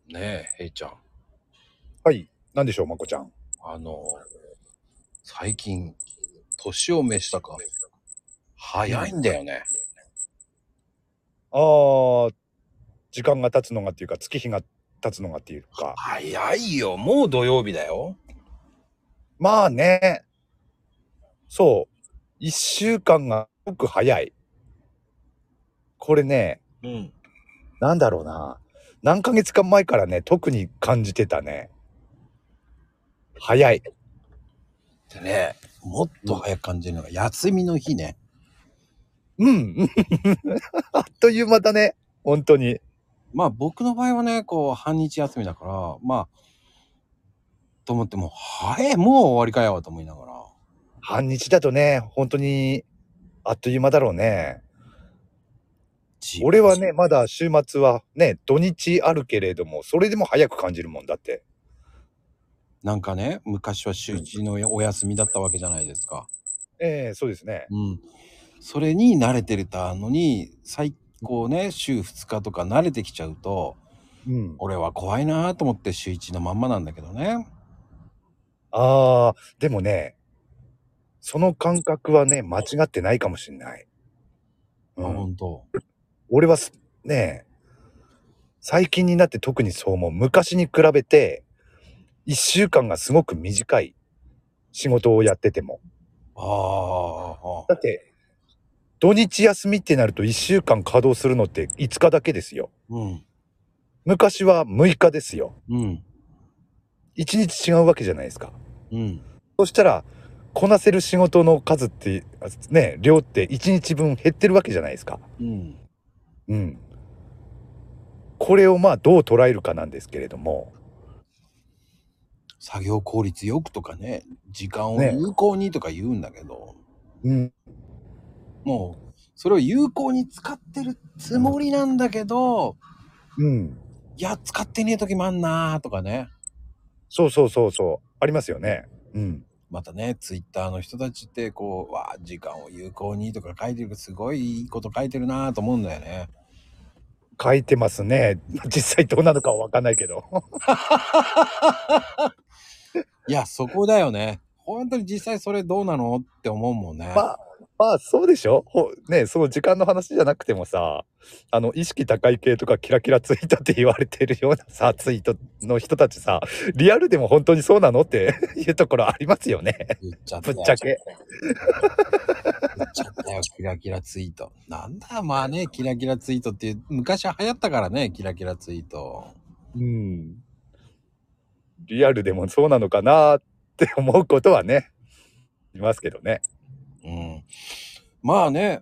ねえ、へいちゃん。 はい。なんでしょう、まこちゃん。 最近、年を召したか、早いんだよね。 ああ、時間が経つのがっていうか、月日が経つのがっていうか。 早いよ。もう土曜日だよ。 まあね、そう。一週間がすごく早い。これね、 うん。 なんだろうな。何ヶ月か前からね、特に感じてたね。早い。 でね、もっと早く感じるのが、休みの日ね。 うん。あっという間だね。本当に。 まあ僕の場合はね、こう、半日休みだから、まあ、と思っても、早い、もう終わりかよ、と思いながら。 半日だとね、本当にあっという間だろうね。 じ、 俺はね、まだ週末はね、土日あるけれども、それでも早く感じるもんだって。 なんかね、昔は週一のお休みだったわけじゃないですか。 ええ、そうですね。 うん。それに慣れてたのに、最高ね、週2日とか慣れてきちゃうと、 うん。 俺は怖いなと思って週1のまんまなんだけどね。 ああ、でもね、その感覚はね、間違ってないかもしんない。 あ、 うん。 ほんと。 俺はね、最近になって特にそう思う。昔に比べて、1週間がすごく短い。仕事をやってても。 ああ、 だって、土日休みってなると1週間稼働するのって5日だけですよ。 うん、 昔は6日ですよ。 うん、 1日違うわけじゃないですか。 うん、 そしたら、こなせる仕事の数って、ね、量って1日分減ってるわけじゃないですか。 うん。 うん。これをまあどう捉えるかなんですけれども、 作業効率よくとかね、時間をね、 有効にとか言うんだけど、 うん、 もう、それを有効に使ってるつもりなんだけど、 うん。 いや、使ってねえ時もあんなーとかね。 そうそうそうそう。ありますよね。うん。 またね、ツイッターの人たちって、こう、わあ、時間を有効にとか書いてるけど、すごいいいこと書いてるなーと思うんだよね。 書いてますね。実際どうなのかはわかんないけど。 いや、そこだよね。本当に実際それどうなのって思うもんね。 まあ、まあそうでしょ。ね、その時間の話じゃなくてもさ、意識高い系とかキラキラツイートって言われてるようなさ、ツイートの人たちさ、リアルでも本当にそうなのっていうところありますよね。 言っちゃったよ。 ぶっちゃけ。 言っちゃったよ、キラキラツイート。なんだ、まあね、キラキラツイートって昔は流行ったからね、キラキラツイート。 うん。リアルでもそうなのかなって思うことはね、いますけどね。 うん。まあね、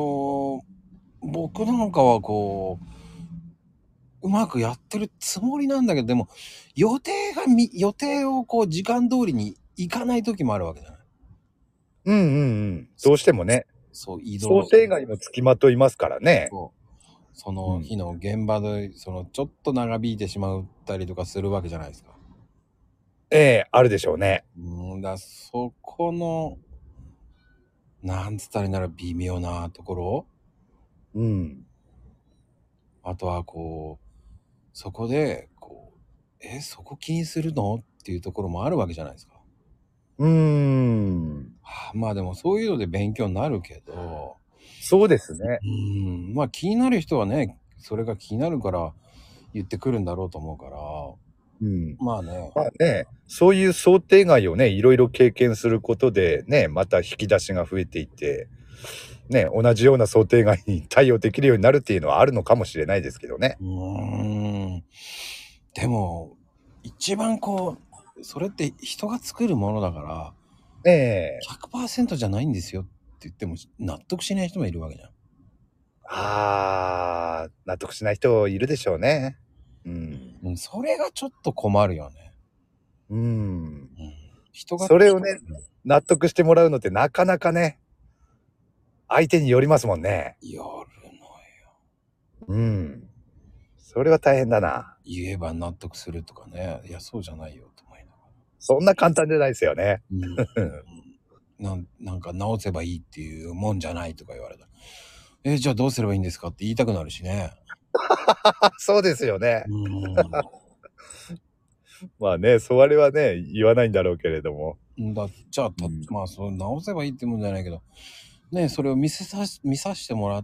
僕なんかはこう、うまくやってるつもりなんだけど、でも、予定をこう、時間通りに行かない時もあるわけじゃない。 うんうんうん。どうしてもね、 そう、移動。 想定外もつきまといますからね。 そう。そのうん。 日の現場で、ちょっと長引いてしまったりとかするわけじゃないですか。 ええ、あるでしょうね。 そこの、なんつったらいいんだろう、微妙なところ。 うん。 あとはこう、そこで、こう、そこ気にするのっていうところもあるわけじゃないですか。 うーん。 まあでもそういうので勉強になるけど、 そうですね。 まあ気になる人はね、それが気になるから言ってくるんだろうと思うから、 うん。 まあね、 まあね、そういう想定外をね、いろいろ経験することでね、また引き出しが増えていって、ね、同じような想定外に対応できるようになるっていうのはあるのかもしれないですけどね。 でも、一番こう、それって人が作るものだから、 ええ。 100%じゃないんですよって言っても納得しない人もいるわけじゃん。 ああ、納得しない人いるでしょうね。うん。 それがちょっと困るよね。 うん。 うん、人が、 それをね、納得してもらうのってなかなかね、相手によりますもんね。 やるのよ。 うん。それは大変だな。 言えば納得するとかね。いや、そうじゃないよと思いながら。 そんな簡単じゃないですよね。 なんか直せばいいっていうもんじゃないとか言われたら。じゃあどうすればいいんですかって言いたくなるしね。 そうですよね。 うん。 まあね、それはね、言わないんだろうけれども。 じゃあ、 うん。 まあ、そう直せばいいってもんじゃないけど、ね、それを見させてもらって、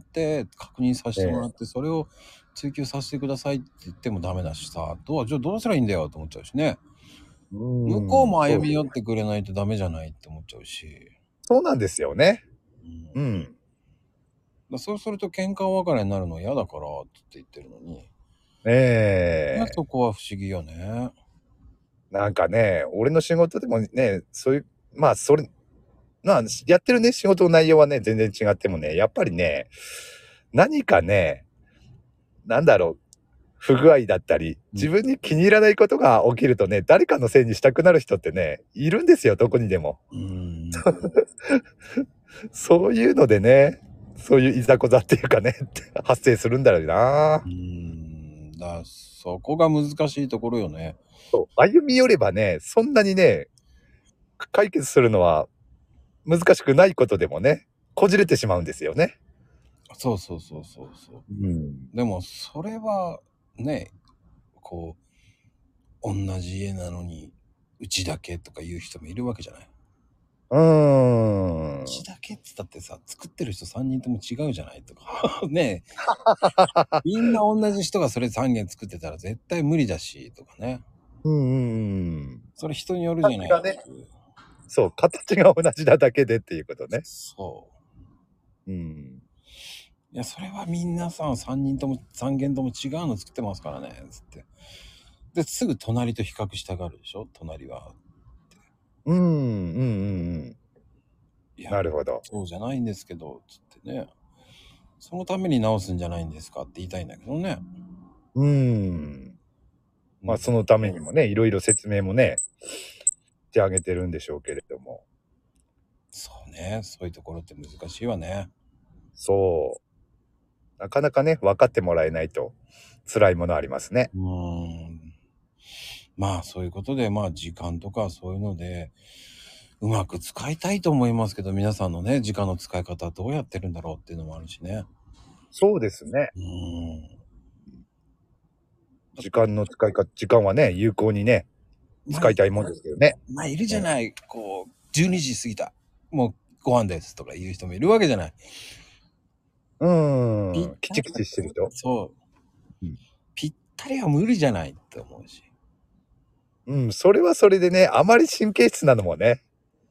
確認させてもらっええ。 て、それを追求させてくださいって言ってもダメだしさ、じゃあどうすりゃいいんだよと思っちゃうしね。向こうもそう。 歩み寄ってくれないとダメじゃないって思っちゃうし。 そうなんですよね。 うん。 うん。 そうすると喧嘩別れになるの嫌だからって言ってるのに。ね、 ええ。 そこは不思議よね。 なんかね、俺の仕事でもね、そういう、まあ、まあ、やってるね、仕事の内容はね、全然違ってもね、やっぱりね、何かね、なんだろう、不具合だったり、自分に気に入らないことが起きるとね、誰かのせいにしたくなる人ってね、いるんですよ、どこにでも。 うん。 そういうのでね、そういういざこざっていうかね、発生するんだろうな。 そこが難しいところよね。 そう、歩み寄ればね、そんなにね、解決するのは難しくないことでもね、こじれてしまうんですよね。 そうそうそうそうそう。 うん。 でも、それは、ね、こ同じ家なのに、うちだけとか言う人もいるわけじゃない。 うーん。 うちだけって言ったってさ、作ってる人3人とも違うじゃないとか。ねえ、みんな同じ人がそれ3軒作ってたら絶対無理だし、とかね。 うんうんうん。 それ人によるじゃないっ形がね、 ていう。 そう、形が同じなだけでっていうことね。 そうん。 う。いや、それはみんなさ、3人とも、3軒とも違うの作ってますからね、つって。で、すぐ隣と比較したがるでしょ隣は。 うん、うんうんうん。 いや、 なるほど。 そうじゃないんですけど、つってね。そのために直すんじゃないんですかって言いたいんだけどね。 うん。まあ、 うん。 そのためにもね、いろいろ説明もね、してあげてるんでしょうけれども。 そうね。そういうところって難しいわね。 そう。なかなかね、分かってもらえないと辛いものありますね。 まあそういうことで、まあ時間とかそういうので、うまく使いたいと思いますけど、皆さんのね、時間の使い方はどうやってるんだろうっていうのもあるしね。 そうですね。 うーん。 時間はね、有効にね、 まあ、 使いたいもんですけどね。 まあいるじうん。 ゃない。12時過ぎた。もうご飯ですとか言う人もいるわけじゃない。 うーん。キぴったり、 チキチしてる人。 そう。 うん。 ぴったりは無理じゃないって思うし。 うん、それはそれでね、あまり神経質なのもね。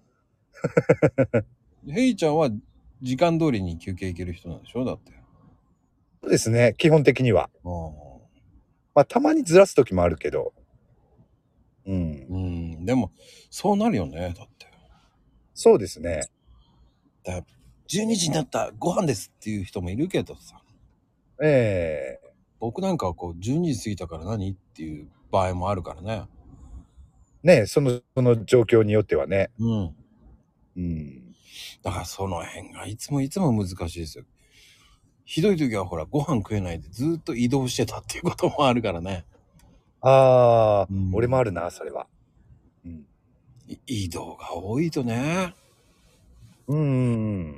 ヘイちゃんは時間通りに休憩行ける人なんでしょだって。 そうですね、基本的には。 ああ。 まあ、たまにずらす時もあるけど。うん。 でも、そうなるよね、だって。 そうですね。 12時になったご飯ですっていう人もいるけどさ。 ええ。 僕なんかは12時過ぎたから何っていう場合もあるからね。 ね、その状況によってはね。 うん。 うん。 だからその辺がいつもいつも難しいですよ。ひどい時はほら、ご飯食えないでずっと移動してたっていうこともあるからね。 ああ、 うん。 俺もあるな、それは。うん。 移動が多いとね。 うん。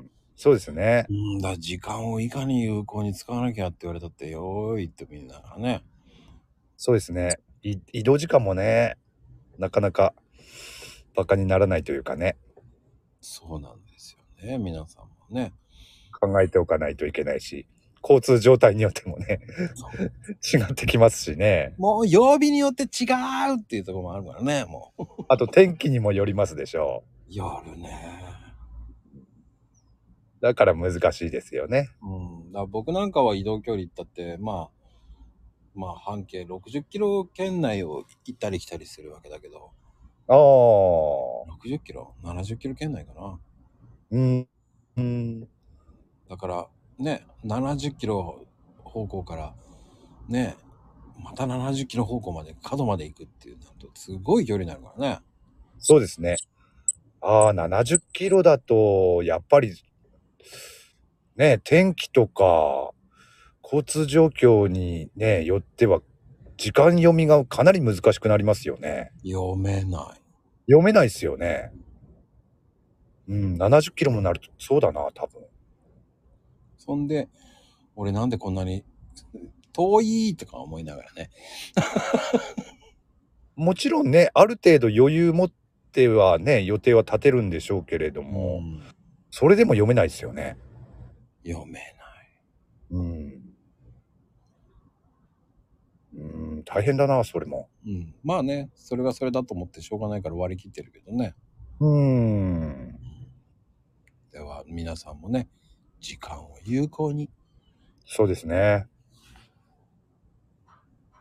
そうですね。 だから時間をいかに有効に使わなきゃって言われたってよーいってみんながね。 そうですね。移動時間もね、なかなかバカにならないというかね、 そうなんですよね。皆さんもね。 考えておかないといけないし、交通状態によってもね、違ってきますしね。 もう曜日によって違うっていうところもあるからね、もう。 あと天気にもよりますでしょ夜ね。 う。だから難しいですよね。 だから僕なんかは移動距離行ったって、まあ半径60キロ圏内を行ったり来たりするわけだけど、 ああ。 60キロ ?70 キロ圏内かな。 うん。うん。 だからね、70キロ方向からね、また70キロ方向まで角まで行くっていうなんとすごい距離になるからね。 そうですね。ああ、70キロだと、やっぱり、ね、天気とか、交通状況にね、よっては、時間読みがかなり難しくなりますよね。 読めない。 読めないっすよね。うん、70キロもなると、そうだな、多分。 そんで、俺なんでこんなに遠いとか思いながらね。 もちろんね、ある程度余裕持ってはね、予定は立てるんでしょうけれども、それでも読めないですよね。 読めない。 大変だな、それも。 まあね、それがそれだと思ってしょうがないから割り切ってるけどね。では皆さんもね、時間を有効に。 そうですね。